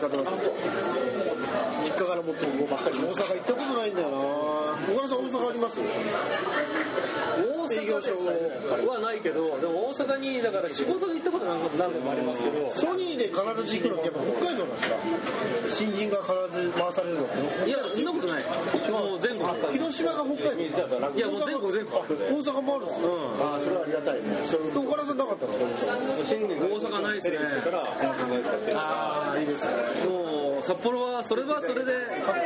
使ってます。実家から持ってここばっかり。大阪行ったことないんだよな。小倉さん大阪あります？ 営業所はないけど、でも大阪にだから仕事で行ったこと何度もありますけど、 ソニーで必ず行くのってやっぱ北海道なんですか？新人が必ず回されるのって。 いや、そんなことない。もう全国。 広島が北海道。 いや、もう全国。 大阪もあるんですよ。ああ、それはありがたいね。小倉さんなかったんですか？ 大阪ないですね。 ああ、いいですね。 もう札幌はそれはそれで、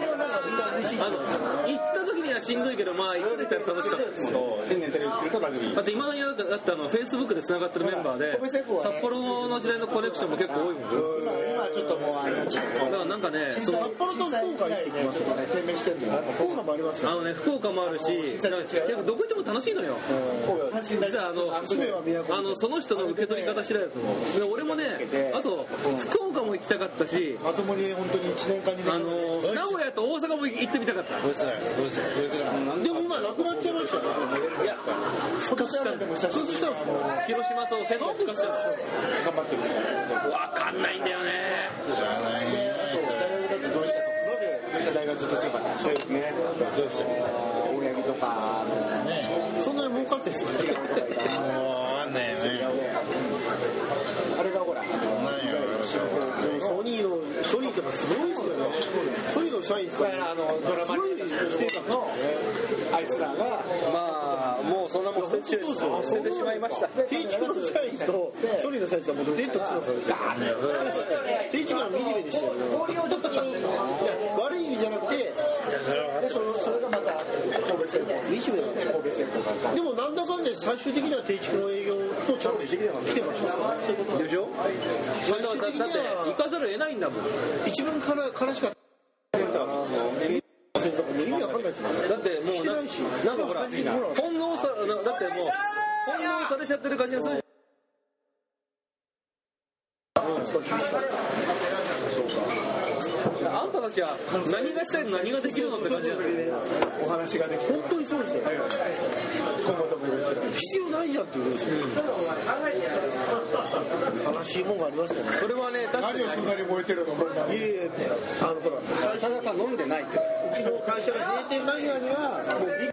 行った時にはしんどいけど、まあ行ってたら楽しかったです。 新年テレビ来るとラグビー。 だって今だにだってフェイスブックで繋がってるメンバーで札幌の時代のコネクションも結構多いもん。 今ちょっともうだからなんかね、 札幌と福岡行ってきますよね。低迷してるの。福岡もありますよ。 福岡もあるし、どこ行っても楽しいのよ。実はその人の受け取り方次第だと思う。で俺もね、あと福岡も行きたかったし、 まともに本当に1年間に名古屋と大阪も行ってみたかった。 でも今なくなっちゃいましたよね。 いや、復活したんだ。広島と仙台復活したんですよ。 頑張ってる。 わかんないんだよね。 大学ずっと強かった。そうですね。大八木とかそんなに儲かってるんですかね。 わかんないよね。 あれがほらソニーとかすごいですよね。ソニーの社員とかドラマに来てたのあいつらがまあもうそんなもん捨ててしまいました。 定畜の社員とソニーの社員とはもうデッド強さですよ。定畜の惨めでしたよね。悪い意味じゃなくて、それがまた神戸製鋼、惨めな神戸製鋼。でもなんだかんで最終的には定畜の営業とちゃんとしてきてましたでしょ。だって行かざるを得ないんだもん。 一番悲しかった。意味わかんないですもんね。 だってもうなんかほら翻弄さだってもう翻弄されちゃってる感じがする。あんたたちは何がしたいの何ができるのって感じだよね。 お話ができて本当にそうですよ。必要ないじゃんっていうことですよ。悲しいもんがありますよね。 それはね、確かに何をそんなに燃えてるの。いえほら最初から飲んでないって。うちの会社が閉店間際にはもうビッ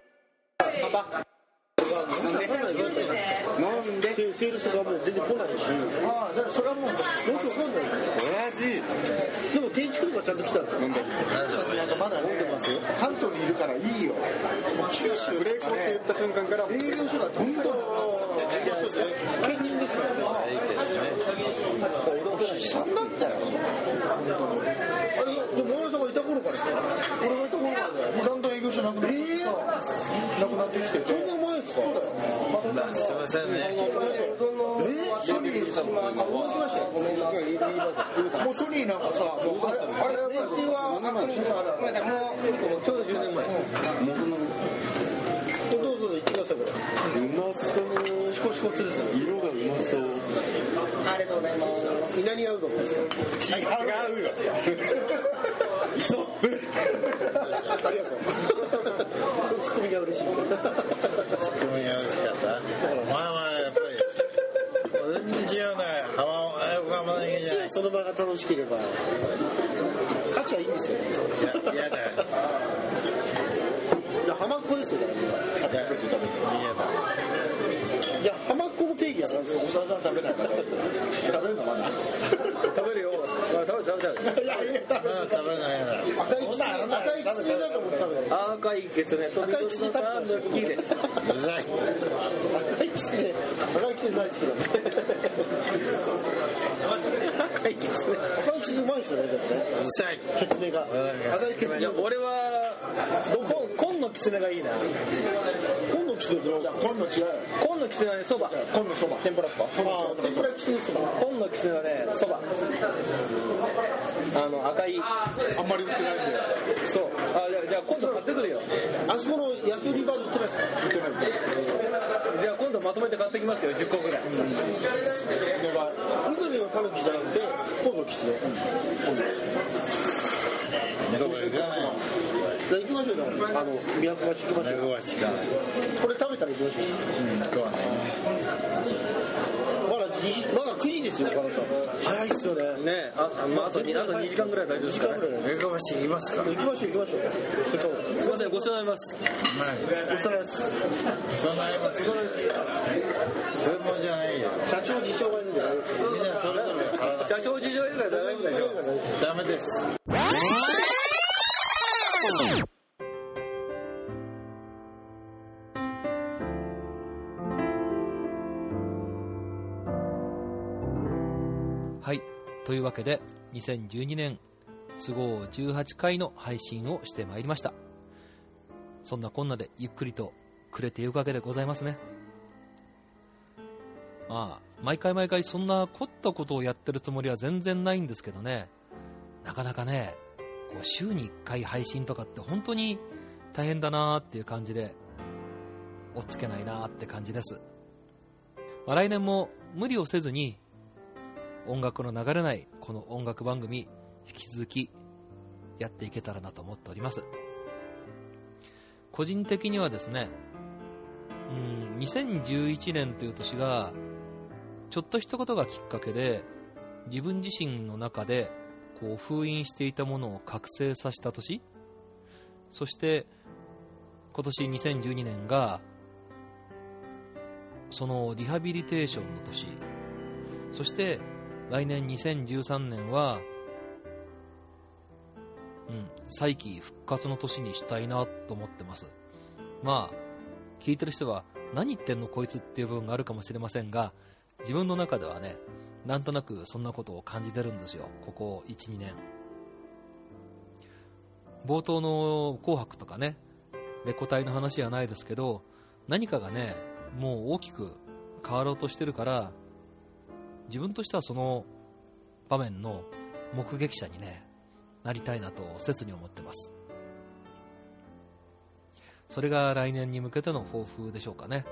なんでセールスがもう全然来ないし、ああだからそれはもうどうしようかんないですよ。でも定畜とかちゃんと来たんですよ。私なんかまだ飲んでますよ。関東にいるからいいよ。九州ブレイクって言った瞬間から営業所がどんどん兼任ですからね。悲惨だったよ。でも俺さんがいた頃から俺がいた頃からだんだん営業所なくなってさ、なくなってきてそんな前ですか。そうだよ。 すいませんね。 ソニーさんも動きましたよ。もうソニーなんかさ、あれ年数はもうちょうど10年前。 どうぞ行ってください。これうまそう。シコシコって色がうまそう。ありがとうございます。稲庭うどんです。違うよ。イソップ。ありがとう。ツッコミが嬉しい。 ツッコミが嬉しかった。まあまあやっぱり全然違うね。 その場が楽しければ価値はいいんですよ。 いやだよ。 いや浜っ子ですよ。いや浜っ子の定義やから小沢さん食べないから食べるのまだ食べるよ。食べる。 いや食べないな。 赤いキツネだと思って食べる。 赤いキツネと緑のターンの木で。 うざい。 赤いキツネ大好きだね。 赤いキツネうまいですよね。でもねうるさい。 キツネが赤いキツネ。 いや俺は紺のキツネがいいな。 紺のキツネと紺の違う。 紺のキツネはね、そば。 紺のそば。 天ぷらっすか。 天ぷらキツネそば。 紺のキツネはね、そば。赤い。 あんまり売ってないんで。 そう。じゃあ今度買ってくるよ。 あそこの安売り場に売ってない。 じゃあ今度まとめて買ってきますよ。10個ぐらい。 緑のタヌキじゃなくて紺のキツネ。 どこ行かない。 行きましょうよ。宮古橋行きましょう。これ食べたら行きましょう。 行くわね。 ほらまだ9時ですよ、カナさん。早いっすよね。 ね、あと2時間ぐらい大丈夫ですかね。 目覚まし行きますか。 行きましょう。 すいません、ごちそうになります。 はい。そんな今そういうもんじゃないよ。 社長次長がいるんで、 みんなそれぞれ体。 社長事情以外ダメだよ。 ダメです。 はい。というわけで、2012年都合18回の配信をしてまいりました。そんなこんなでゆっくりと暮れていくわけでございますね。まあ、毎回そんな凝ったことをやってるつもりは全然ないんですけどね、なかなかね、こう週に1回配信とかって本当に大変だなーっていう感じで、追っつけないなーって感じです。まあ、来年も無理をせずに、音楽の流れないこの音楽番組引き続きやっていけたらなと思っております。個人的にはですね、2011年という年がちょっとしたことがきっかけで自分自身の中でこう封印していたものを覚醒させた年、そして今年2012年がそのリハビリテーションの年、そして来年2013年は、再起復活の年にしたいなと思ってます。まあ、聞いてる人は何言ってんのこいつっていう部分があるかもしれませんが、自分の中ではね、なんとなくそんなことを感じてるんですよ。ここ 1,2 年。冒頭の紅白とかね、レコ大の話はないですけど、何かがね、もう大きく変わろうとしてるから、自分としてはその場面の目撃者にね、なりたいなと切に思ってます。それが来年に向けての抱負でしょうかね。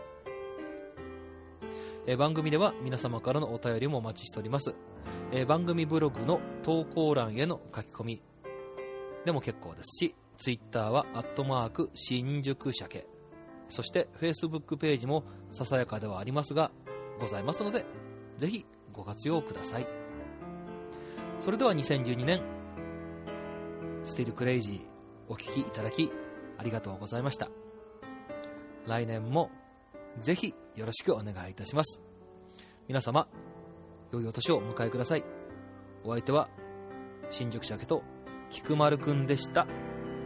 番組では皆様からのお便りもお待ちしております。番組ブログの投稿欄への書き込みでも結構ですし、ツイッターは@新宿鮭、そしてフェイスブックページもささやかではありますがございますので、ぜひご活用ください。それでは2012年スティルクレイジーお聞きいただきありがとうございました。来年もぜひよろしくお願いいたします。皆様良いお年をお迎えください。お相手は新宿鮭と菊丸くんでした。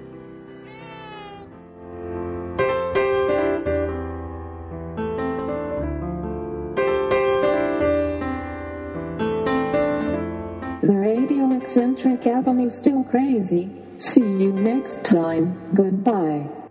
The Radio Eccentric Avenue Still Crazy. See you next time. Goodbye.